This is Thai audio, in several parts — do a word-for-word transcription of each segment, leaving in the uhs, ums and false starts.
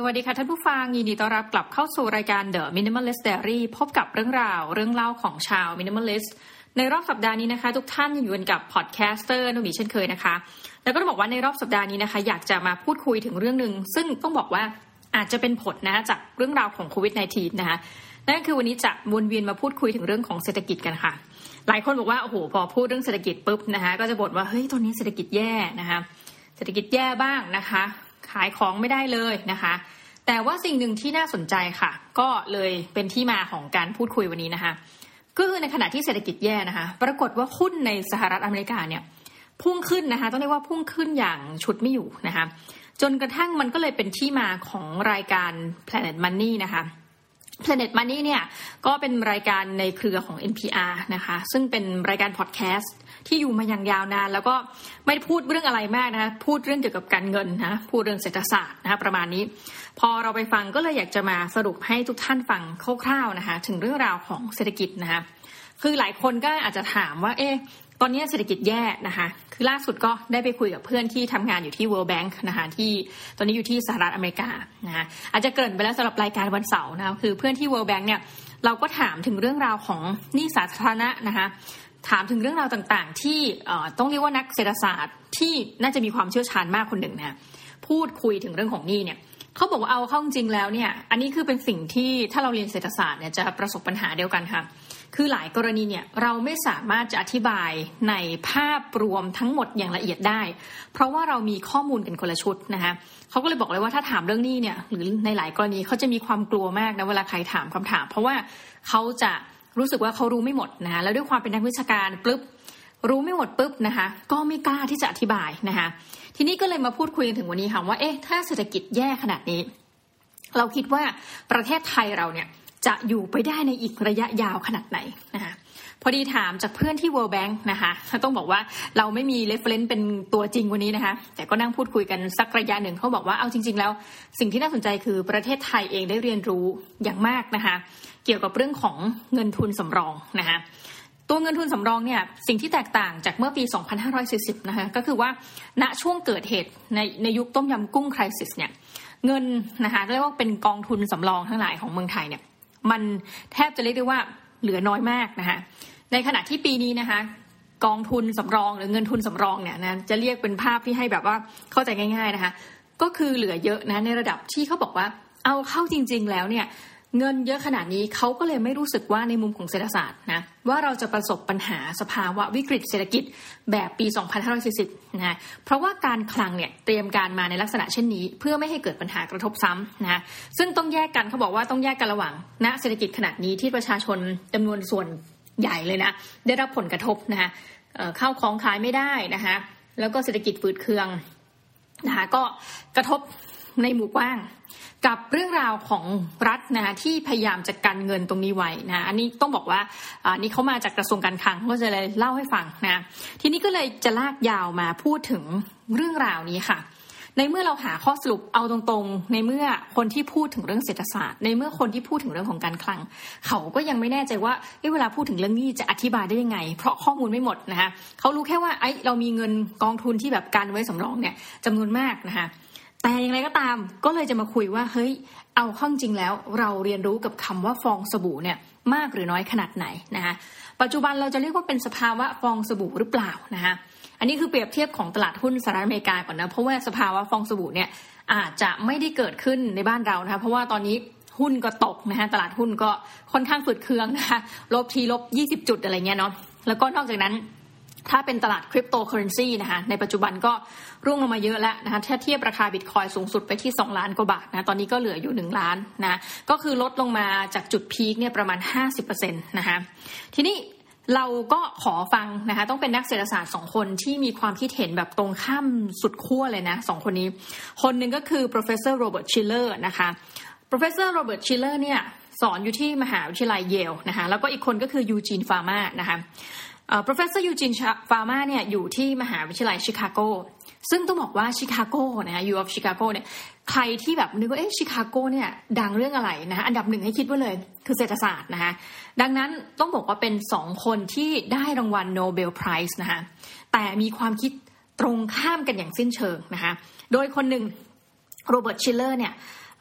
สวัสดีค่ะท่านผู้ฟังยินดีต้อนรับกลับเข้าสู่รายการ The Minimalist Diary พบกับเรื่องราวเรื่องเล่าของชาว Minimalist ในรอบสัปดาห์นี้นะคะทุกท่านยังอยู่กันกับพอดแคสเตอร์นุ้ยเช่นเคยนะคะแล้วก็ต้องบอกว่าในรอบสัปดาห์นี้นะคะอยากจะมาพูดคุยถึงเรื่องนึงซึ่งต้องบอกว่าอาจจะเป็นผลนะจากเรื่องราวของโควิด สิบเก้า นะคะนั่นก็คือวันนี้จะวนเวียนมาพูดคุยถึงเรื่องของเศรษฐกิจกันค่ะหลายคนบอกว่าโอ้โหพอพูดเรื่องเศรษฐกิจปุ๊บนะคะก็จะบ่นว่าเฮ้ยตอนนี้เศรษฐกิจแย่นะคะเศรษฐกิจแย่บ้างนะคะขายของไม่ได้เลยนะคะแต่ว่าสิ่งหนึ่งที่น่าสนใจค่ะก็เลยเป็นที่มาของการพูดคุยวันนี้นะคะก็คือในขณะที่เศรษฐกิจแย่นะคะปรากฏว่าหุ้นในสหรัฐอเมริกาเนี่ยพุ่งขึ้นนะคะต้องเรียกว่าพุ่งขึ้นอย่างฉุดไม่อยู่นะคะจนกระทั่งมันก็เลยเป็นที่มาของรายการ Planet Money นะคะ Planet Money เนี่ยก็เป็นรายการในเครือของ เอ็น พี อาร์ นะคะซึ่งเป็นรายการพอดแคสต์ที่อยู่มาอย่างยาวนานแล้วก็ไม่พูดเรื่องอะไรมากนะคะพูดเรื่องเกี่ยวกับการเงินนะพูดเรื่องเศรษฐศาสตร์นะคะประมาณนี้พอเราไปฟังก็เลยอยากจะมาสรุปให้ทุกท่านฟังคร่าวๆนะคะถึงเรื่องราวของเศรษฐกิจนะคะคือหลายคนก็อาจจะถามว่าเอ๊ะตอนนี้เศรษฐกิจแย่นะคะคือล่าสุดก็ได้ไปคุยกับเพื่อนที่ทำงานอยู่ที่ World Bank นะคะที่ตอนนี้อยู่ที่สหรัฐอเมริกานะคะอาจจะเกริ่นไปแล้วสำหรับรายการวันเสาร์นะคะคือเพื่อนที่ World Bank เนี่ยเราก็ถามถึงเรื่องราวของหนี้สาธารณะนะคะถามถึงเรื่องราวต่างๆที่ต้องเรียกว่านักเศรษฐศาสตร์ที่น่าจะมีความเชี่ยวชาญมากคนหนึ่งนะพูดคุยถึงเรื่องของหนี้เนี่ยเขาบอกว่าเอาเข้าจริงแล้วเนี่ยอันนี้คือเป็นสิ่งที่ถ้าเราเรียนเศรษฐศาสตร์เนี่ยจะประสบปัญหาเดียวกันค่ะคือหลายกรณีเนี่ยเราไม่สามารถจะอธิบายในภาพรวมทั้งหมดอย่างละเอียดได้เพราะว่าเรามีข้อมูลกันคนละชุดนะคะเขาก็เลยบอกเลยว่าถ้าถามเรื่องหนี้เนี่ยหรือในหลายกรณีเขาจะมีความกลัวมากนะเวลาใครถามคำถามเพราะว่าเขาจะรู้สึกว่าเขารู้ไม่หมดนะคะแล้วด้วยความเป็นนักวิชาการปุ๊บรู้ไม่หมดปุ๊บนะคะก็ไม่กล้าที่จะอธิบายนะคะทีนี้ก็เลยมาพูดคุยกันถึงวันนี้ค่ะว่าเอ๊ะถ้าเศรษฐกิจแย่ขนาดนี้เราคิดว่าประเทศไทยเราเนี่ยจะอยู่ไปได้ในอีกระยะยาวขนาดไหนนะคะพอดีถามจากเพื่อนที่ World Bank นะคะต้องบอกว่าเราไม่มี reference เป็นตัวจริงวันนี้นะคะแต่ก็นั่งพูดคุยกันสักระยะหนึ่งเขาบอกว่าเอาจริงๆแล้วสิ่งที่น่าสนใจคือประเทศไทยเองได้เรียนรู้อย่างมากนะคะเกี่ยวกับเรื่องของเงินทุนสำรองนะคะตัวเงินทุนสำรองเนี่ยสิ่งที่แตกต่างจากเมื่อปีสองพันห้าร้อยสี่สิบนะคะก็คือว่าณช่วงเกิดเหตุในในยุคต้มยำกุ้งไครซิสเนี่ยเงินนะคะเรียกว่าเป็นกองทุนสำรองทั้งหลายของเมืองไทยเนี่ยมันแทบจะเรียกได้ว่าเหลือน้อยมากนะคะในขณะที่ปีนี้นะคะกองทุนสำรองหรือเงินทุนสำรองเนี่ยนะจะเรียกเป็นภาพที่ให้แบบว่าเข้าใจง่ายๆนะคะก็คือเหลือเยอะนะในระดับที่เขาบอกว่าเอาเข้าจริงๆแล้วเนี่ยเงินเยอะขนาดนี้เขาก็เลยไม่รู้สึกว่าในมุมของเศรษฐศาสตร์นะว่าเราจะประสบปัญหาสภาวะวิกฤตเศรษฐกิจแบบปีสองพันห้าร้อยสี่สิบนะเพราะว่าการคลังเนี่ยเตรียมการมาในลักษณะเช่นนี้เพื่อไม่ให้เกิดปัญหากระทบซ้ำนะซึ่งต้องแยกกันเขาบอกว่าต้องแยกกันระหว่างณเศรษฐกิจขนาดนี้ที่ประชาชนจำนวนส่วนใหญ่เลยนะได้รับผลกระทบนะคะเข้าของขายไม่ได้นะคะแล้วก็เศรษฐกิจฝืดเคืองนะคะก็กระทบในหมู่กว้างกับเรื่องราวของรัฐนะที่พยายามจะกันเงินตรงนี้ไว้นะอันนี้ต้องบอกว่าอันนี้เขามาจากกระทรวงการคลังก็จะเลยเล่าให้ฟังนะทีนี้ก็เลยจะลากยาวมาพูดถึงเรื่องราวนี้ค่ะในเมื่อเราหาข้อสรุปเอาตรงๆในเมื่อคนที่พูดถึงเรื่องเศรษฐศาสตร์ในเมื่อคนที่พูดถึงเรื่องของการคลังเขาก็ยังไม่แน่ใจว่าเวลาพูดถึงเรื่องนี้จะอธิบายได้ยังไงเพราะข้อมูลไม่หมดนะคะเขารู้แค่ว่าไอ้เรามีเงินกองทุนที่แบบการไว้สำรองเนี่ยจำนวนมากนะคะแต่อย่างไรก็ตามก็เลยจะมาคุยว่าเฮ้ยเอาเข้าจริงแล้วเราเรียนรู้กับคำว่าฟองสบู่เนี่ยมากหรือน้อยขนาดไหนนะคะปัจจุบันเราจะเรียกว่าเป็นสภาวะฟองสบู่หรือเปล่านะคะอันนี้คือเปรียบเทียบของตลาดหุ้นสหรัฐอเมริกาก่อนนะเพราะว่าสภาวะฟองสบู่เนี่ยอาจจะไม่ได้เกิดขึ้นในบ้านเรานะคะเพราะว่าตอนนี้หุ้นก็ตกนะคะตลาดหุ้นก็ค่อนข้างฝืดเคืองนะคะลบทีลบยี่สิบจุดอะไรเงี้ยเนาะแล้วก็นอกจากนั้นถ้าเป็นตลาดคริปโตเคอเรนซีนะคะในปัจจุบันก็ร่วงลงมาเยอะแล้วนะคะถ้าเทียบราคาบิตคอยน์สูงสุดไปที่สองล้านกว่าบาทนะตอนนี้ก็เหลืออยู่หนึ่งล้านนะก็คือลดลงมาจากจุดพีคเนี่ยประมาณ ห้าสิบเปอร์เซ็นต์ นะคะทีนี้เราก็ขอฟังนะคะต้องเป็นนักเศรษฐศาสตร์สองคนที่มีความคิดเห็นแบบตรงข้ามสุดขั้วเลยนะสองคนนี้คนหนึ่งก็คือ professor Robert Shiller นะคะ professor Robert Shiller เนี่ยสอนอยู่ที่มหาวิทยาลัยเยลนะคะแล้วก็อีกคนก็คือ Eugene Fama นะคะprofessor Eugene Fama เนี่ยอยู่ที่มหาวิทยาลัยชิคาโกซึ่งต้องบอกว่าชิคาโกนะฮะ U of Chicago เนี่ยใครที่แบบนึกว่าเอ๊ะชิคาโกเนี่ยดังเรื่องอะไรนะคะอันดับหนึ่งให้คิดไว้เลยคือเศรษฐศาสตร์นะคะดังนั้นต้องบอกว่าเป็นสองคนที่ได้รางวัลโนเบลไพรส์นะคะแต่มีความคิดตรงข้ามกันอย่างสิ้นเชิงนะคะโดยคนหนึ่งโรเบิร์ตชิลเลอร์เนี่ย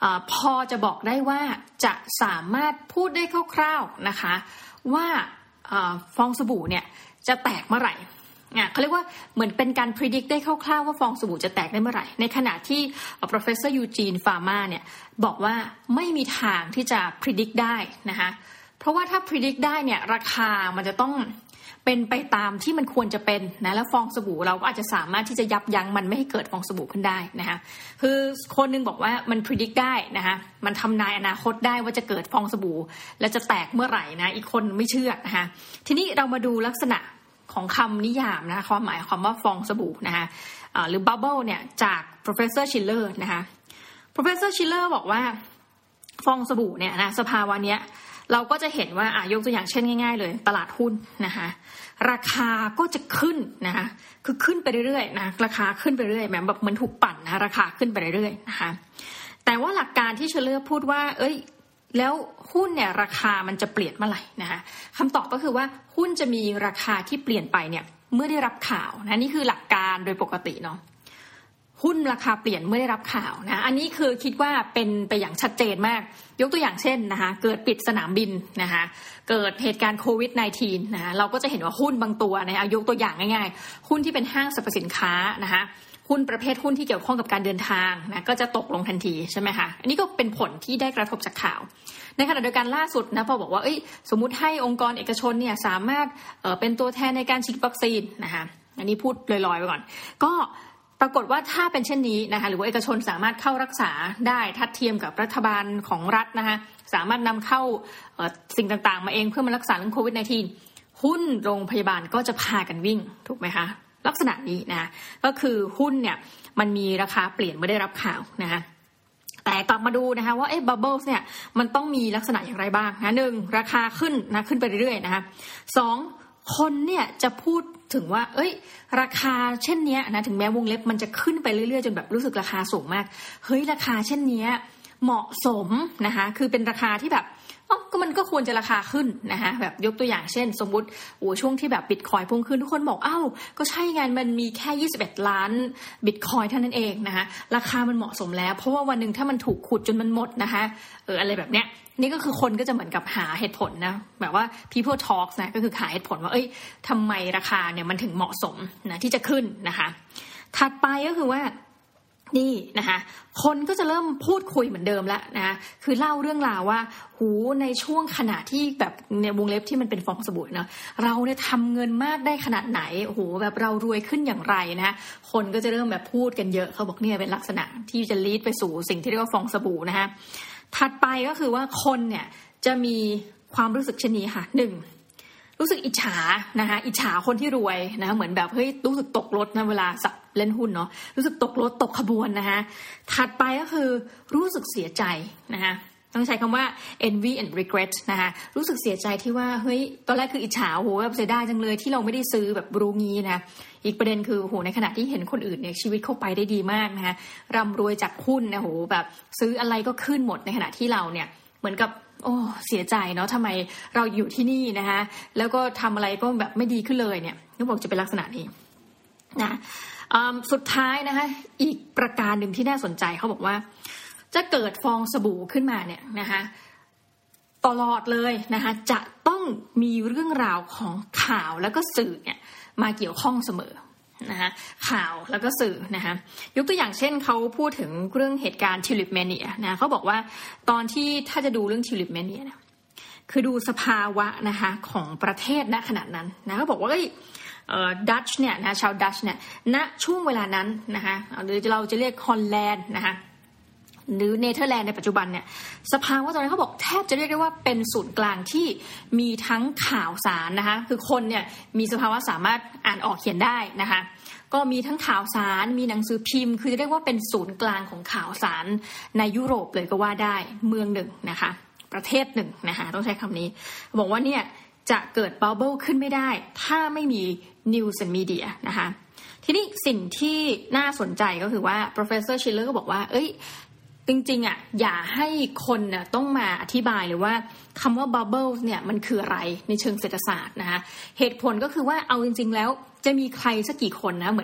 พอจะบอกได้ว่าจะสามารถพูดได้คร่าวๆนะคะว่าฟองสบู่เนี่ยจะแตกเมื่อไหร่เขาเรียกว่าเหมือนเป็นการ predict ได้คร่าวๆว่าฟองสบู่จะแตกได้เมื่อไหร่ในขณะที่ professor Eugene Fama เนี่ยบอกว่าไม่มีทางที่จะ predict ได้นะคะเพราะว่าถ้า predict ได้เนี่ยราคามันจะต้องเป็นไปตามที่มันควรจะเป็นนะแล้วฟองสบู่เราก็อาจจะสามารถที่จะยับยั้งมันไม่ให้เกิดฟองสบู่ขึ้นได้นะคะคือคนนึงบอกว่ามัน predict ได้นะคะมันทำนายอนาคตได้ว่าจะเกิดฟองสบู่และจะแตกเมื่อไหร่นะอีกคนไม่เชื่อนะคะทีนี้เรามาดูลักษณะของคำนิยามนะคะความหมายความว่าฟองสบู่นะคะหรือ bubble เนี่ยจาก professor Schiller นะคะ professor Schiller บอกว่าฟองสบู่เนี่ยนะสภาวะเนี้ยเราก็จะเห็นว่าอ่ะยกตัวอย่างเช่นง่ายๆเลยตลาดหุ้นนะคะราคาก็จะขึ้นนะคะคือขึ้นไปเรื่อยๆนะราคาขึ้นไปเรื่อยแบบเหมือนถูกปั่นนะราคาขึ้นไปเรื่อยๆนะคะแต่ว่าหลักการที่เชลเลอร์พูดว่าเอ้ยแล้วหุ้นเนี่ยราคามันจะเปลี่ยนเมื่อไหร่นะคะคำตอบก็คือว่าหุ้นจะมีราคาที่เปลี่ยนไปเนี่ยเมื่อได้รับข่าวนะนี่คือหลักการโดยปกติเนาะหุ้นราคาเปลี่ยนเมื่อได้รับข่าวนะอันนี้คือคิดว่าเป็นไปอย่างชัดเจนมากยกตัวอย่างเช่นนะคะเกิดปิดสนามบินนะคะเกิดเหตุการณ์โควิด สิบเก้า นะคะเราก็จะเห็นว่าหุ้นบางตัวนะคะยกตัวอย่างง่ายๆหุ้นที่เป็นห้างสรรพสินค้านะคะหุ้นประเภทหุ้นที่เกี่ยวข้องกับการเดินทางนะก็จะตกลงทันทีใช่ไหมคะอันนี้ก็เป็นผลที่ได้กระทบจากข่าวในขณะเดียวกันล่าสุดนะพอบอกว่าเอ้ยสมมุติให้องค์กรเอกชนเนี่ยสามารถเอ่อเป็นตัวแทนในการฉีดวัคซีนนะคะอันนี้พูดลอยๆไปก่อนก็ปรากฏว่าถ้าเป็นเช่นนี้นะคะหรือว่าเอกชนสามารถเข้ารักษาได้ทัดเทียมกับรัฐบาลของรัฐนะคะสามารถนำเข้าสิ่งต่างๆมาเองเพื่อมารักษาเรื่องโควิด สิบเก้า หุ้นโรงพยาบาลก็จะพากันวิ่งถูกไหมคะลักษณะนี้นะก็คือหุ้นเนี่ยมันมีราคาเปลี่ยนเมื่อได้รับข่าวนะคะแต่กลับมาดูนะคะว่าเอ๊ะบับเบิ้ลเนี่ยมันต้องมีลักษณะอย่างไรบ้างนะหนึ่งราคาขึ้นนะขึ้นไปเรื่อยๆนะคะสองคนเนี่ยจะพูดถึงว่าเอ้ยราคาเช่นนี้นะถึงแม้วงเล็บมันจะขึ้นไปเรื่อยๆจนแบบรู้สึกราคาสูงมากเฮ้ยราคาเช่นนี้เหมาะสมนะคะคือเป็นราคาที่แบบอ๋อก็มันก็ควรจะราคาขึ้นนะคะแบบยกตัวอย่างเช่นสมมุติโอ้ช่วงที่แบบบิตคอยน์พุ่งขึ้นทุกคนบอกอ้าวก็ใช่ไงมันมีแค่ยี่สิบเอ็ดล้านบิตคอยน์เท่านั้นเองนะคะราคามันเหมาะสมแล้วเพราะว่าวันนึงถ้ามันถูกขุดจนมันหมดนะคะเอออะไรแบบเนี้ยนี่ก็คือคนก็จะเหมือนกับหาเหตุผลนะแบบว่า people talks นะก็คือหาเหตุผลว่าเอ้ยทำไมราคาเนี่ยมันถึงเหมาะสมนะที่จะขึ้นนะคะถัดไปก็คือว่านี่นะคะคนก็จะเริ่มพูดคุยเหมือนเดิมแล้วนะคือเล่าเรื่องราวว่าหูในช่วงขณะที่แบบในวงเล็บที่มันเป็นฟองสบู่เนาะเราเนี่ยทำเงินมากได้ขนาดไหนโอ้โหแบบเรารวยขึ้นอย่างไรนะคนก็จะเริ่มแบบพูดกันเยอะเขาบอกเนี่ยเป็นลักษณะที่จะลีดไปสู่สิ่งที่เรียกว่าฟองสบู่นะคะถัดไปก็คือว่าคนเนี่ยจะมีความรู้สึกเช่นนี้ค่ะหนึ่งรู้สึกอิจฉานะคะอิจฉาคนที่รวยนะเหมือนแบบเฮ้ยรู้สึกตกรถนะเวลาสับเล่นหุ้นเนาะรู้สึกตกรถตกขบวนนะคะถัดไปก็คือรู้สึกเสียใจนะคะต้องใช้คำว่า envy and regret นะคะรู้สึกเสียใจที่ว่าเฮ้ยตอนแรกคืออิจฉาโหแบบเสียดายจังเลยที่เราไม่ได้ซื้อแบบรู้งี้นะอีกประเด็นคือโหในขณะที่เห็นคนอื่นเนี่ยชีวิตเข้าไปได้ดีมากนะคะร่ำรวยจากหุ้นนะโหแบบซื้ออะไรก็ขึ้นหมดในขณะที่เราเนี่ยเหมือนกับโอ้เสียใจเนาะทำไมเราอยู่ที่นี่นะคะแล้วก็ทำอะไรก็แบบไม่ดีขึ้นเลยเนี่ยก็บอกจะเป็นลักษณะนี้นะสุดท้ายนะคะอีกประการหนึ่งที่น่าสนใจเขาบอกว่าจะเกิดฟองสบู่ขึ้นมาเนี่ยนะคะตลอดเลยนะคะจะต้องมีเรื่องราวของข่าวแล้วก็สื่อเนี่ยมาเกี่ยวข้องเสมอนะคะข่าวแล้วก็สื่อนะคะยกตัวอย่างเช่นเขาพูดถึงเรื่องเหตุการณ์ทิวลิปแมเนียนะเขาบอกว่าตอนที่ถ้าจะดูเรื่องทิวลิปแมเนียเนี่ยคือดูสภาวะนะคะของประเทศณขณะนั้นนะเขาบอกว่าเอ้ยเอ่อดัตช์เนี่ยนะชาวดัตช์เนี่ยณช่วงเวลานั้นนะคะหรือเราจะเรียกฮอลแลนด์นะคะหรือเนเธอร์แลนด์ในปัจจุบันเนี่ยสภาวะตอนนั้นเขาบอกแทบจะเรียกได้ว่าเป็นศูนย์กลางที่มีทั้งข่าวสารนะคะคือคนเนี่ยมีสภาวะสามารถอ่านออกเขียนได้นะคะก็มีทั้งข่าวสารมีหนังสือพิมพ์คือจะเรียกว่าเป็นศูนย์กลางของข่าวสารในยุโรปเลยก็ว่าได้เมืองหนึ่งนะคะประเทศหนึ่งนะคะต้องใช้คำนี้บอกว่าเนี่ยจะเกิดบับเบิ้ลขึ้นไม่ได้ถ้าไม่มี News and Media นะคะทีนี้สิ่งที่น่าสนใจก็คือว่า professor Schiller ก็บอกว่าเอ้ยจริงๆอ่ะอย่าให้คนน่ะต้องมาอธิบายเลยว่าคำว่า bubble เนี่ยมันคืออะไรในเชิงเศรษฐศาสตร์นะคะเหตุผลก็คือว่าเอาจริงๆแล้วจะมีใครสักกี่คนนะเหมือนกับ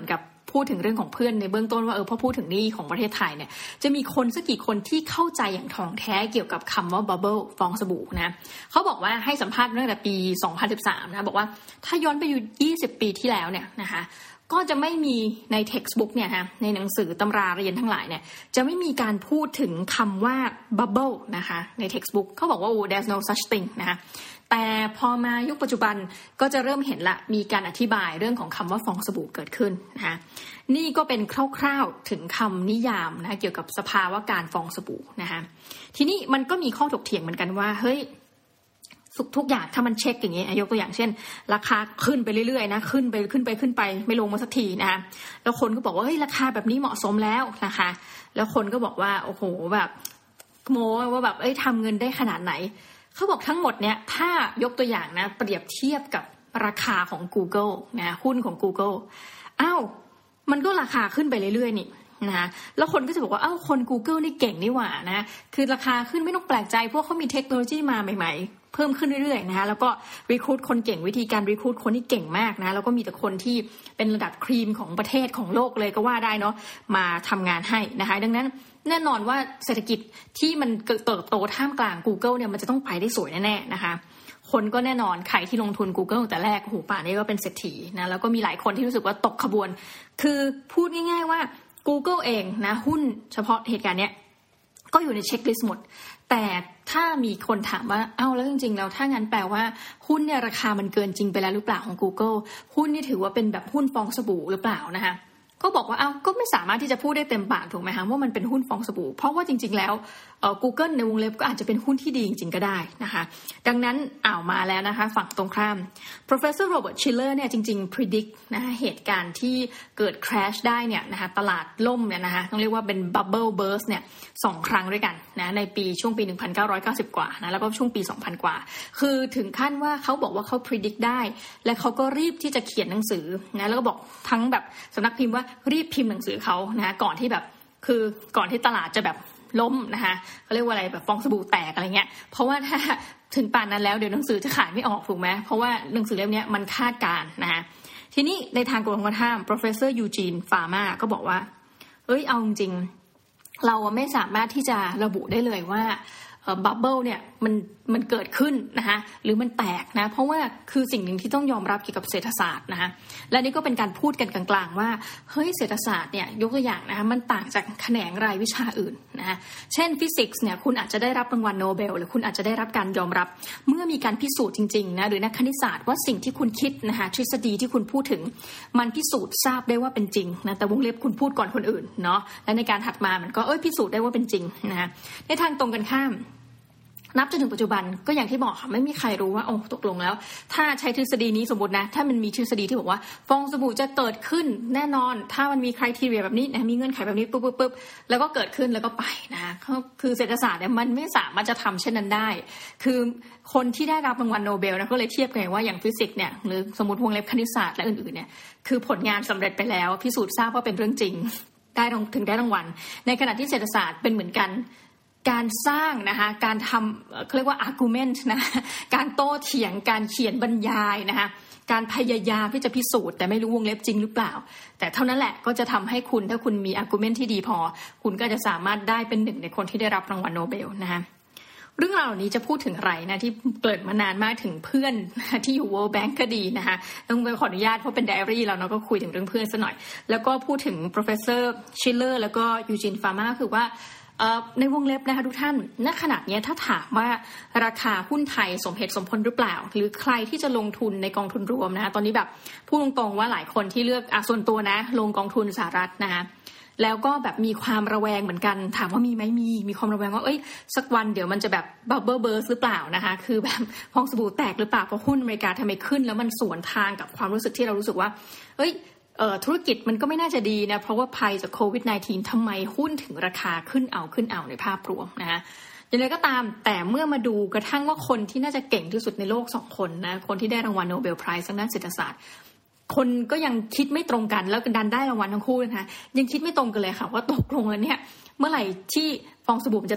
พูดถึงเรื่องของเพื่อนในเบื้องต้นว่าเออพอพูดถึงหนี้ของประเทศไทยเนี่ยจะมีคนสักกี่คนที่เข้าใจอย่างถ่องแท้เกี่ยวกับคำว่า bubble ฟองสบู่นะเขาบอกว่าให้สัมภาษณ์ตั้งแต่ปีสองพันสิบสามนะบอกว่าถ้าย้อนไปอยู่ยี่สิบปีที่แล้วเนี่ยนะคะก็จะไม่มีใน textbook เนี่ยฮะในหนังสือตำราเรียนทั้งหลายเนี่ยจะไม่มีการพูดถึงคำว่า bubble นะคะใน textbook เขาบอกว่า oh there's no such thing นะคะแต่พอมายุคปัจจุบันก็จะเริ่มเห็นละมีการอธิบายเรื่องของคำว่าฟองสบู่เกิดขึ้นนะคะนี่ก็เป็นคร่าวๆถึงคำนิยามนะเกี่ยวกับสภาวะการฟองสบู่นะคะทีนี้มันก็มีข้อถกเถียงเหมือนกันว่าเฮ้ยทุกอย่างถ้ามันเช็คอย่างนี้ยกตัวอย่างเช่นราคาขึ้นไปเรื่อยๆนะขึ้นไปขึ้นไปขึ้นไปไม่ลงมาสักทีนะคะแล้วคนก็บอกว่าเฮ้ยราคาแบบนี้เหมาะสมแล้วนะคะแล้วคนก็บอกว่าโอ้โหแบบโม้ว่าแบบเอ้ยทำเงินได้ขนาดไหนเขาบอกทั้งหมดเนี่ยถ้ายกตัวอย่างนะเปรียบเทียบกับราคาของ Google นะหุ้นของ Google อ้าวมันก็ราคาขึ้นไปเรื่อยๆนี่นะคะแล้วคนก็จะบอกว่าอ้าวคน Google นี่เก่งนี่หว่านะคือราคาขึ้นไม่ต้องแปลกใจเพราะเขามีเทคโนโลยีมาใหม่ๆเพิ่มขึ้นเรื่อยๆนะคะแล้วก็รีครูทคนเก่งวิธีการรีครูทคนที่เก่งมากนะแล้วก็มีแต่คนที่เป็นระดับครีมของประเทศของโลกเลยก็ว่าได้เนาะมาทำงานให้นะคะดังนั้นแน่นอนว่าเศรษฐกิจที่มันเติบโตท่ามกลาง Google เนี่ยมันจะต้องไปได้สวยแน่ๆนะคะคนก็แน่นอนใครที่ลงทุน Google แต่แรกโอ้โหป่านนี้ก็เป็นเศรษฐีนะแล้วก็มีหลายคนที่รู้สึกว่าตกขบวนคือพูดง่ายๆว่า Google เองนะหุ้นเฉพาะเหตุการณ์เนี้ยก็อยู่ในเช็คลิสต์หมดแต่ถ้ามีคนถามว่าเอ้าแล้วจริงๆแล้วถ้างั้นแปลว่าหุ้นเนี่ยราคามันเกินจริงไปแล้วหรือเปล่าของ Google หุ้นนี่ถือว่าเป็นแบบหุ้นฟองสบู่หรือเปล่านะคะก็บอกว่าเอ้าก็ไม่สามารถที่จะพูดได้เต็มปากถูกไหมคะว่ามันเป็นหุ้นฟองสบู่เพราะว่าจริงๆแล้วเอ่อ Google ในวงเล็บก็อาจจะเป็นหุ้นที่ดีจริงๆก็ได้นะคะดังนั้นอ่าวมาแล้วนะคะฝั่งตรงข้าม Professor Robert Shiller เนี่ยจริงๆ predict นะคะเหตุการณ์ที่เกิด crash ได้เนี่ยนะคะตลาดล่มเนี่ยนะคะต้องเรียกว่าเป็น bubble burst เนี่ยสองครั้งด้วยกันนะในปีช่วงปีหนึ่งพันเก้าร้อยเก้าสิบกว่านะแล้วก็ช่วงปีสองพันกว่าคือถึงขั้นว่าเขาบอกว่าเขา predict ได้และเขาก็รีบที่จะเขียนหนังสือนะแล้วก็บอกทั้งแบบสำนักพิมพ์ว่ารีบพิมพ์หนังสือเขานะก่อนที่แบบคือก่อนที่ตลาดจะแบบล้มนะคะเขาเรียกว่าอะไรแบบฟองสบู่แตกอะไรเงี้ยเพราะว่าถ้าถึงป่านนั้นแล้วเดี๋ยวหนังสือจะขายไม่ออกถูกไหมเพราะว่าหนังสือเล่มนี้มันคาดการณ์นะคะทีนี้ในทางกรงกันข้าม professor Eugene Fama ก็บอกว่าเอ้ยเอาจริงๆเราไม่สามารถที่จะระบุได้เลยว่าบับเบิ้ลเนี่ยมันมันเกิดขึ้นนะคะหรือมันแตกนะเพราะว่าคือสิ่งหนึ่งที่ต้องยอมรับเกี่ยวกับเศรษฐศาสตร์นะคะและนี่ก็เป็นการพูดกันกลางๆว่าเฮ้ยเศรษฐศาสตร์เนี่ยยกตัวอย่างนะคะมันต่างจากแขนงรายวิชาอื่นนะคะเช่นฟิสิกส์เนี่ยคุณอาจจะได้รับรางวัลโนเบลหรือคุณอาจจะได้รับการยอมรับเมื่อมีการพิสูจน์จริงๆนะหรือนักคณิตศาสตร์ว่าสิ่งที่คุณคิดนะคะทฤษฎีที่คุณพูดถึงมันพิสูจน์ทราบได้ว่าเป็นจริงนะแต่วงเล็บคุณพูดก่อนคนอื่นเนาะและในการถัดมามันก็เอ้ยพิสูจน์ได้ว่าเป็นจริงนะคะในทางตรงกันข้ามนับจนถึงปัจจุบันก็อย่างที่บอกค่ะไม่มีใครรู้ว่าโอ้ตกลงแล้วถ้าใช้ทฤษฎีนี้สมมตินะถ้ามันมีทฤษฎีที่บอกว่าฟองสบู่จะเกิดขึ้นแน่นอนถ้ามันมี criteria แบบนี้นะมีเงื่อนไขแบบนี้ปุ๊บปุ๊บปุ๊บแล้วก็เกิดขึ้นแล้วก็ไปนะคือเศรษฐศาสตร์เนี่ยมันไม่สามารถจะทำเช่นนั้นได้คือคนที่ได้รับรางวัลโนเบลนะก็เลยเทียบกันว่าอย่างฟิสิกส์เนี่ยหรือสมมติวงเล็บคณิตศาสตร์และอื่นๆเนี่ยคือผลงานสำเร็จไปแล้วพิสูจน์ทราบว่าเป็นเรื่องจริงได้ถึงได้รางวัลในขณะที่เศรษฐศาสตร์เป็นเหมือนกันการสร้างนะคะการทำเขาเรียกว่า argument นะการโต้เถียงการเขียนบรรยายนะคะการพยายามที่จะพิสูจน์แต่ไม่รู้วงเล็บจริงหรือเปล่าแต่เท่านั้นแหละก็จะทำให้คุณถ้าคุณมี argument ที่ดีพอคุณก็จะสามารถได้เป็นหนึ่งในคนที่ได้รับรางวัลโนเบลนะคะเรื่องราวเหล่านี้จะพูดถึงอะไรนะที่เกิดมานานมากถึงเพื่อนที่อยู่ World Bank ก็ดีนะคะต้องขออนุญาตเพราะเป็นไดอารี่เราเนาะก็คุยถึงเรื่องเพื่อนซะหน่อยแล้วก็พูดถึง Professor Shiller แล้วก็ Eugene Fama คือว่าในวงเล็บนะคะทุกท่านณขณะนี้ถ้าถามว่าราคาหุ้นไทยสมเหตุสมผลหรือเปล่าหรือใครที่จะลงทุนในกองทุนรวมนะคะตอนนี้แบบพูดตรงๆว่าหลายคนที่เลือกอ่ะส่วนตัวนะลงกองทุนสหรัฐนะคะแล้วก็แบบมีความระแวงเหมือนกันถามว่ามีไหมมีมีความระแวงว่าเอ้ยสักวันเดี๋ยวมันจะแบบบับเบิ้ลเบิร์สหรือเปล่านะคะคือแบบฟองสบู่แตกหรือเปล่าเพราะหุ้นอเมริกาทำไมขึ้นแล้วมันสวนทางกับความรู้สึกที่เรารู้สึกว่าเอ้ยเอ่อธุรกิจมันก็ไม่น่าจะดีนะเพราะว่าภัยจากโควิด สิบเก้า ทำไมหุ้นถึงราคาขึ้นเอาขึ้นเอาในภาพรวมนะฮะอย่างไรก็ตามแต่เมื่อมาดูกระทั่งว่าคนที่น่าจะเก่งที่สุดในโลกสองคนนะคนที่ได้รางวัลโนเบลไพรส์ทางด้านเศรษฐศาสตร์คนก็ยังคิดไม่ตรงกันแล้วดันได้รางวัลทั้งคู่นะคะยังคิดไม่ตรงกันเลยค่ะว่าตกลงแล้วเนี่ยเมื่อไหร่ที่ฟองสบู่มันจะแตก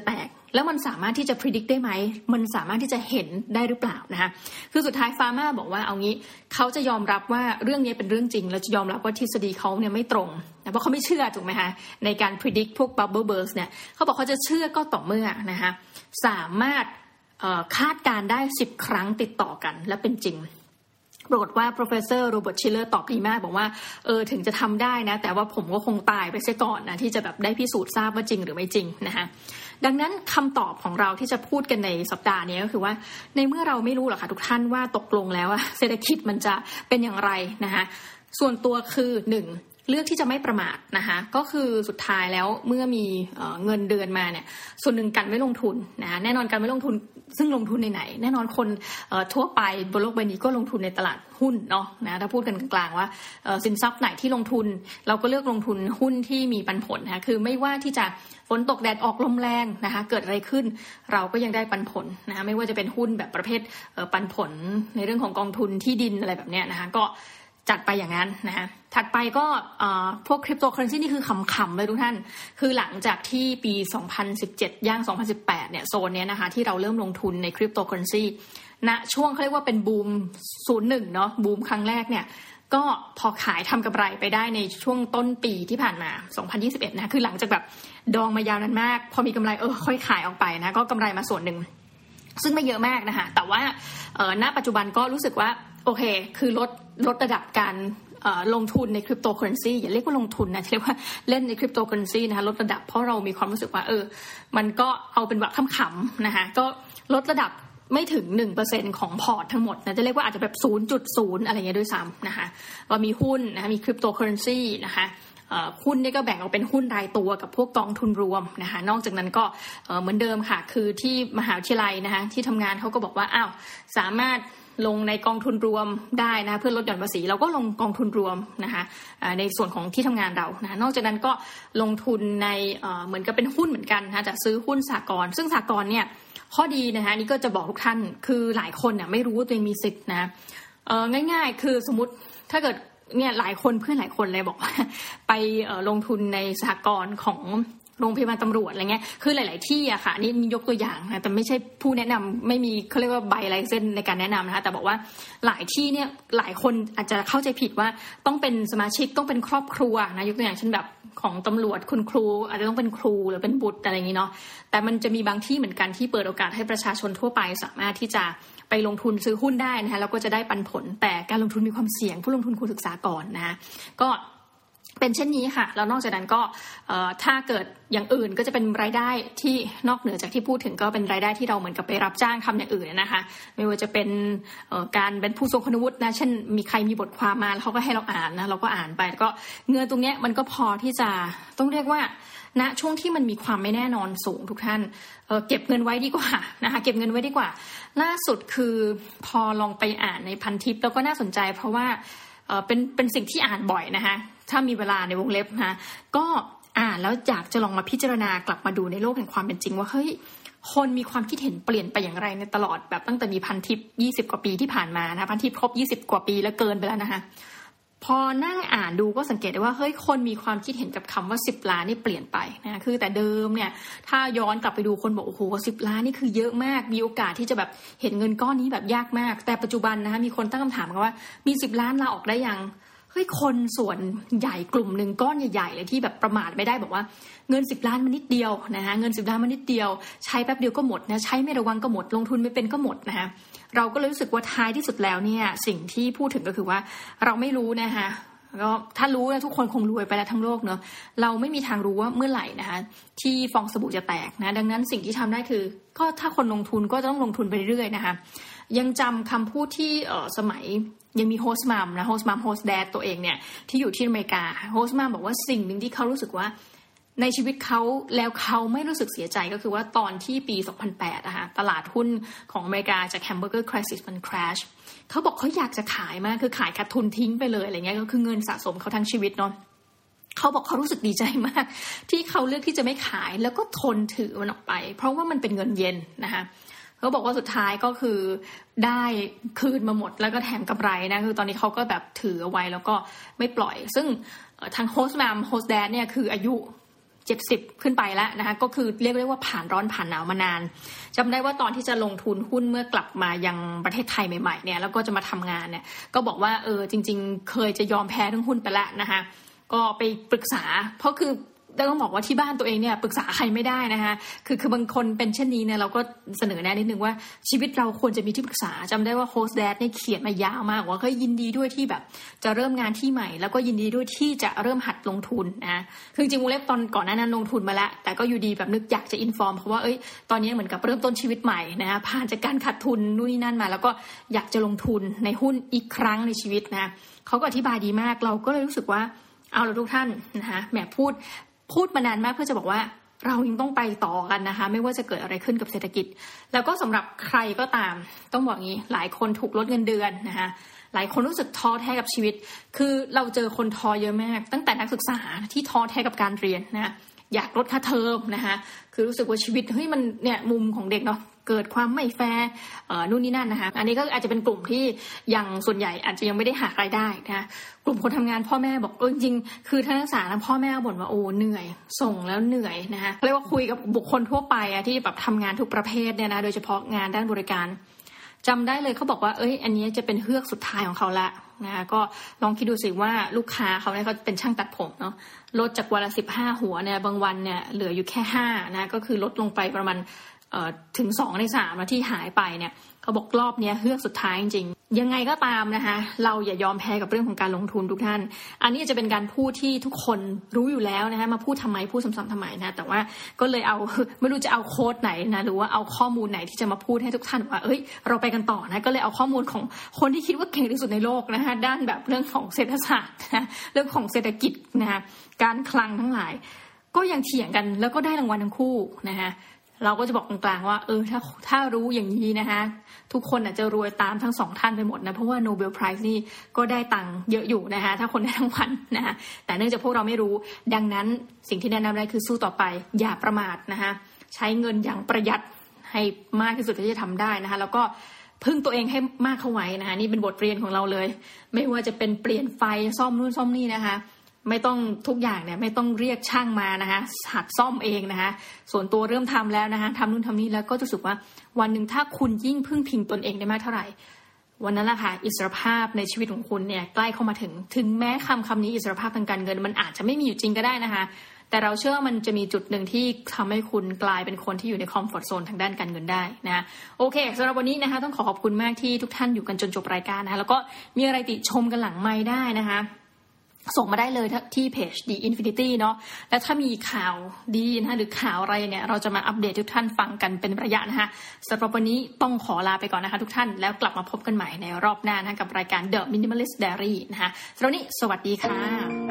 แล้วมันสามารถที่จะ predict ได้ไหมมันสามารถที่จะเห็นได้หรือเปล่านะคะคือสุดท้ายฟาร์มาบอกว่าเอางี้เขาจะยอมรับว่าเรื่องนี้เป็นเรื่องจริงแล้วจะยอมรับว่าทฤษฎีเขาเนี่ยไม่ตรงเพราะเขาไม่เชื่อถูกไหมคะในการ predict พวก bubble burst เนี่ยเขาบอกเขาจะเชื่อก็ต่อเมื่อนะคะสามารถคาดการได้สิบครั้งติดต่อกันและเป็นจริงปรากฏว่า professor Robert Shiller ตอบดีมากบอกว่าเออถึงจะทำได้นะแต่ว่าผมก็คงตายไปเสียก่อนนะที่จะแบบได้พิสูจน์ทราบว่าจริงหรือไม่จริงนะคะดังนั้นคำตอบของเราที่จะพูดกันในสัปดาห์นี้ก็คือว่าในเมื่อเราไม่รู้หรอกค่ะทุกท่านว่าตกลงแล้วเศรษฐกิจมันจะเป็นอย่างไรนะคะส่วนตัวคือหนึ่งเลือกที่จะไม่ประมาทนะคะก็คือสุดท้ายแล้วเมื่อมีเงินเดือนมาเนี่ยส่วนหนึ่งกันไว้ลงทุนนะแน่นอนกันไว้ลงทุนซึ่งลงทุนในไหนแน่นอนคนทั่วไปบนโลกใบนี้ก็ลงทุนในตลาดหุ้นเนาะนะถ้าพูดกันกลางๆว่าสินทรัพย์ไหนที่ลงทุนเราก็เลือกลงทุนหุ้นที่มีปันผลนะคะคือไม่ว่าที่จะฝนตกแดดออกลมแรงนะคะเกิดอะไรขึ้นเราก็ยังได้ปันผลนะคะไม่ว่าจะเป็นหุ้นแบบประเภทปันผลในเรื่องของกองทุนที่ดินอะไรแบบเนี้ยนะคะก็จัดไปอย่างนั้นนะคะถัดไปก็พวกคริปโตเคอเรนซีนี่คือขำๆเลยทุกท่านคือหลังจากที่ปีสองพันสิบเจ็ดย่างสองพันสิบแปดเนี่ยโซนเนี้ยนะคะที่เราเริ่มลงทุนในคริปโตเคอเรนซีณช่วงเขาเรียกว่าเป็นบูมศูนย์หนึ่งเนาะบูมครั้งแรกเนี่ยก็พอขายทำกำไรไปได้ในช่วงต้นปีที่ผ่านมาสองพันยี่สิบเอ็ดนะคือหลังจากแบบดองมายาวนานมากพอมีกำไรเออค่อยขายออกไปนะก็กำไรมาส่วนหนึ่งซึ่งไม่เยอะมากนะคะแต่ว่าเอ่อณปัจจุบันก็รู้สึกว่าโอเคคือลดลดระดับการลงทุนในคริปโตเคอเรนซีอย่าเรียกว่าลงทุนนะเรียกว่าเล่นในคริปโตเคอเรนซีนะคะลดระดับเพราะเรามีความรู้สึกว่าเออมันก็เอาเป็นแบบขำๆนะคะก็ลดระดับไม่ถึง หนึ่งเปอร์เซ็นต์ ของพอร์ตทั้งหมดนะจะเรียกว่าอาจจะแบบ ศูนย์จุดศูนย์ อะไรเงี้ยด้วยซ้ำนะคะเรามีหุ้นนะคะมีคริปโตเคอเรนซีนะคะหุ้นนี่ก็แบ่งออกเป็นหุ้นรายตัวกับพวกกองทุนรวมนะคะนอกจากนั้นก็เหมือนเดิมค่ะคือที่มหาวิทยาลัยนะคะที่ทำงานเขาก็บอกว่าอ้าวสามารถลงในกองทุนรวมได้นะเพื่อลดหย่อนภาษีเราก็ลงกองทุนรวมนะคะในส่วนของที่ทำงานเรานะนอกจากนั้นก็ลงทุนในเหมือนกับเป็นหุ้นเหมือนกันนะจะซื้อหุ้นสหกรณ์ซึ่งสหกรณ์เนี่ยข้อดีนะคะนี่ก็จะบอกทุกท่านคือหลายคนเนี่ยไม่รู้ว่าตัวเองมีสิทธิ์นะง่ายๆคือสมมติถ้าเกิดเนี่ยหลายคนเพื่อนหลายคนเลยบอกว่าไปลงทุนในสหกรณ์ของโรงพยาบาลตำรวจอะไรเงี้ยคือหลายๆที่อะค่ะนี่มียกตัวอย่างนะแต่ไม่ใช่ผู้แนะนำไม่มีเขาเรียกว่าใบไลเซนส์ในการแนะนำนะคะแต่บอกว่าหลายที่เนี่ยหลายคนอาจจะเข้าใจผิดว่าต้องเป็นสมาชิกต้องเป็นครอบครัวนะยกตัวอย่างเช่นแบบของตำรวจคุณครูอาจจะต้องเป็นครูหรือเป็นบุตรอะไรอย่างนี้เนาะแต่มันจะมีบางที่เหมือนกันที่เปิดโอกาสให้ประชาชนทั่วไปสามารถที่จะไปลงทุนซื้อหุ้นได้นะคะแล้วก็จะได้ปันผลแต่การลงทุนมีความเสี่ยงผู้ลงทุนควรศึกษาก่อนนะคะก็เป็นเช่นนี้ค่ะแล้วนอกจากนั้นก็ถ้าเกิดอย่างอื่นก็จะเป็นรายได้ที่นอกเหนือจากที่พูดถึงก็เป็นรายได้ที่เราเหมือนกับไปรับจ้างทำอย่างอื่นนะคะไม่ว่าจะเป็นการเป็นผู้ทรงคุณวุฒินะเช่นมีใครมีบทความมาแล้วเขาก็ให้เราอ่านนะเราก็อ่านไปแล้วก็เงินตรงนี้มันก็พอที่จะต้องเรียกว่าณช่วงที่มันมีความไม่แน่นอนสูงทุกท่านเอ่อเก็บเงินไว้ดีกว่านะคะเก็บเงินไว้ดีกว่าล่าสุดคือพอลองไปอ่านในพันทิปแล้วก็น่าสนใจเพราะว่าเอ่อเป็นเป็นสิ่งที่อ่านบ่อยนะคะถ้ามีเวลาในวงเล็บนะก็อ่านแล้วอยากจะลองมาพิจารณากลับมาดูในโลกแห่งความเป็นจริงว่าเฮ้ยคนมีความคิดเห็นเปลี่ยนไปอย่างไรในตลอดแบบตั้งแต่มีพันทิปยี่สิบกว่าปีที่ผ่านมานะพันทิปครบยี่สิบกว่าปีแล้วเกินไปแล้วนะคะพอนั่งอ่านดูก็สังเกตได้ว่าเฮ้ยคนมีความคิดเห็นกับคำว่าสิบล้านนี่เปลี่ยนไปนะคือแต่เดิมเนี่ยถ้าย้อนกลับไปดูคนบอกโอ้โหสิบล้านนี่คือเยอะมากมีโอกาสที่จะแบบเห็นเงินก้อนนี้แบบยากมากแต่ปัจจุบันนะคะมีคนตั้งคำถามกันว่ามีสิบล้านลาออกได้ยังเฮ้ยคนส่วนใหญ่กลุ่มหนึ่งก้อนใหญ่ๆเลยที่แบบประมาทไม่ได้บอกว่าเงินสิบล้านมันนิดเดียวนะคะเงินสิบล้านมันนิดเดียวใช้แป๊บเดียวก็หมดนะใช้ไม่ระวังก็หมดลงทุนไม่เป็นก็หมดนะคะเราก็เลยรู้สึกว่าท้ายที่สุดแล้วเนี่ยสิ่งที่พูดถึงก็คือว่าเราไม่รู้นะคะก็ถ้ารู้นะทุกคนคงรวยไปแล้วทั้งโลกเนอะเราไม่มีทางรู้ว่าเมื่อไหร่นะคะที่ฟองสบู่จะแตกนะดังนั้นสิ่งที่ทำได้คือก็ถ้าคนลงทุนก็ต้องลงทุนไปเรื่อยๆนะคะยังจำคำพูดที่เอ่อสมัยยังมีโฮสต์มัมนะโฮสต์มัมโฮสต์แดดตัวเองเนี่ยที่อยู่ที่อเมริกาโฮสต์มัมบอกว่าสิ่งหนึ่งที่เขารู้สึกว่าในชีวิตเขาแล้วเขาไม่รู้สึกเสียใจก็คือว่าตอนที่ปีสองพันแปดนะคะตลาดหุ้นของอเมริกาจากแฮมเบอร์เกอร์คริสิสมัน crash เขาบอกเขาอยากจะขายมากคือขายขาดทุนทิ้งไปเลยอะไรเงี้ยก็คือเงินสะสมเขาทั้งชีวิตเนาะเขาบอกเขารู้สึกดีใจมากที่เขาเลือกที่จะไม่ขายแล้วก็ทนถือมันออกไปเพราะว่ามันเป็นเงินเย็นนะคะเขาบอกว่าสุดท้ายก็คือได้คืนมาหมดแล้วก็แถมกำไรนะคือตอนนี้เขาก็แบบถือเอาไว้แล้วก็ไม่ปล่อยซึ่งทางโฮสต์แมมโฮสต์แดดเนี่ยคืออายุเจ็ดสิบขึ้นไปแล้วนะคะก็คือเรียกได้ว่าผ่านร้อนผ่านหนาวมานานจำได้ว่าตอนที่จะลงทุนหุ้นเมื่อกลับมายังประเทศไทยใหม่ๆเนี่ยแล้วก็จะมาทำงานเนี่ยก็บอกว่าเออจริงๆเคยจะยอมแพ้ทั้งหุ้นไปแล้วนะคะก็ไปปรึกษาเพราะคือต้องบอกว่าที่บ้านตัวเองเนี่ยปรึกษาใครไม่ได้นะคะคือคือบางคนเป็นเช่นนี้เนี่ยเราก็เสนอแนะนิดนึงว่าชีวิตเราควรจะมีที่ปรึกษาจำได้ว่าโค้ชแดดเนี่ยเขียนมายาวมากว่าเขายินดีด้วยที่แบบจะเริ่มงานที่ใหม่แล้วก็ยินดีด้วยที่จะเริ่มหัดลงทุนนะคือจริงๆวงเล็บตอนก่อนหน้านั้นลงทุนมาแล้วแต่ก็อยู่ดีแบบนึกอยากจะอินฟอร์มเพราะว่าเอ้ยตอนนี้เหมือนกับเริ่มต้นชีวิตใหม่นะคะผ่านจากการขาดทุนนู่นนี่นั่นมาแล้วก็อยากจะลงทุนในหุ้นอีกครั้งในชีวิตนะเขาก็อธิบายดีมากเราก็เลยรู้สึกว่าเอาละทุกท่านนะคะแหมพูดพูดมานานมากเพื่อจะบอกว่าเรายังต้องไปต่อกันนะคะไม่ว่าจะเกิดอะไรขึ้นกับเศรษฐกิจแล้วก็สำหรับใครก็ตามต้องบอกงี้หลายคนถูกลดเงินเดือนนะคะหลายคนรู้สึกท้อแท้กับชีวิตคือเราเจอคนท้อเยอะมากตั้งแต่นักศึกษาที่ท้อแท้กับการเรียนนะอยากลดค่าเทอมนะคะคือรู้สึกว่าชีวิตเฮ้ยมันเนี่ยมุมของเด็กเนาะเกิดความไม่แฟร์เอ่อนู่นนี่นั่นนะคะอันนี้ก็อาจจะเป็นกลุ่มที่ยังส่วนใหญ่อาจจะยังไม่ได้หารายได้นะคะกลุ่มคนทำงานพ่อแม่บอกเออจริงๆคือท่านนักศึกษาแล้วพ่อแม่บ่นว่าโอ้เหนื่อยส่งแล้วเหนื่อยนะคะเรียกว่าคุยกับบุคคลทั่วไปอะที่แบบทำงานทุกประเภทเนี่ยนะโดยเฉพาะงานด้านบริการจำได้เลยเขาบอกว่าเอ้ยอันนี้จะเป็นเฮือกสุดท้ายของเขาละนะคะก็ลองคิดดูสิว่าลูกค้าเขาเนี่ยเขาเป็นช่างตัดผมเนาะลดจากวันละสิบห้าหัวเนี่ยบางวันเนี่ยเหลืออยู่แค่ห้านะก็คือลดลงไปประมาณเอ่อถึงสองในสามที่หายไปเนี่ยเขาบอกรอบเนี้ยเฮือกสุดท้ายจริงๆยังไงก็ตามนะคะเราอย่ายอมแพ้กับเรื่องของการลงทุนทุกท่านอันนี้จะเป็นการพูดที่ทุกคนรู้อยู่แล้วนะคะมาพูดทำไมพูดซ้ำๆทำไมนะแต่ว่าก็เลยเอาไม่รู้จะเอาโค้ดไหนนะหรือว่าเอาข้อมูลไหนที่จะมาพูดให้ทุกท่านว่าเอ้ยเราไปกันต่อนะก็เลยเอาข้อมูลของคนที่คิดว่าเก่งที่สุดในโลกนะคะด้านแบบเรื่องของเศรษฐศาสตร์นะเรื่องของเศรษฐกิจนะคะการคลังทั้งหลายก็ยังเถียงกันแล้วก็ได้รางวัลทั้งคู่นะคะเราก็จะบอกกลางๆว่าเออถ้าถ้ารู้อย่างนี้นะคะทุกคนอาจจะรวยตามทั้งสองท่านไปหมดนะเพราะว่าโนเบลไพรส์นี่ก็ได้ตังค์เยอะอยู่นะคะถ้าคนได้รางวัลนะคะแต่เนื่องจากพวกเราไม่รู้ดังนั้นสิ่งที่แนะนำได้คือสู้ต่อไปอย่าประมาทนะคะใช้เงินอย่างประหยัดให้มากที่สุดที่จะทำได้นะคะแล้วก็พึ่งตัวเองให้มากเข้าไว้นะคะนี่เป็นบทเรียนของเราเลยไม่ว่าจะเป็นเปลี่ยนไฟซ่อมนู่นซ่อมนี่นะคะไม่ต้องทุกอย่างเนี่ยไม่ต้องเรียกช่างมานะคะหัดซ่อมเองนะคะส่วนตัวเริ่มทำแล้วนะคะทำนู่นทำนี่แล้วก็รู้สึกว่าวันหนึ่งถ้าคุณยิ่งพึ่งพิงตนเองได้มากเท่าไหร่วันนั้นแหละค่ะอิสรภาพในชีวิตของคุณเนี่ยใกล้เข้ามาถึงถึงแม้คำคำนี้อิสรภาพทางการเงินมันอาจจะไม่มีอยู่จริงก็ได้นะคะแต่เราเชื่อว่ามันจะมีจุดหนึ่งที่ทำให้คุณกลายเป็นคนที่อยู่ในคอมฟอร์ตโซนทางด้านการเงินได้นะโอเคสำหรับวันนี้นะคะต้องขอขอบคุณมากที่ทุกท่านอยู่กันจนจบรายการนะคะแล้วก็มีอะไรติชมกันหลังไมค์ได้นะคะส่งมาได้เลยที่เพจ The Infinity เนาะและถ้ามีข่าวดีนะคะหรือข่าวอะไรเนี่ยเราจะมาอัปเดตทุกท่านฟังกันเป็นระยะนะคะสำหรับวันนี้ต้องขอลาไปก่อนนะคะทุกท่านแล้วกลับมาพบกันใหม่ในรอบหน้านะคะกับรายการ The Minimalist Diary นะคะสำหรับวันนี้สวัสดีค่ะ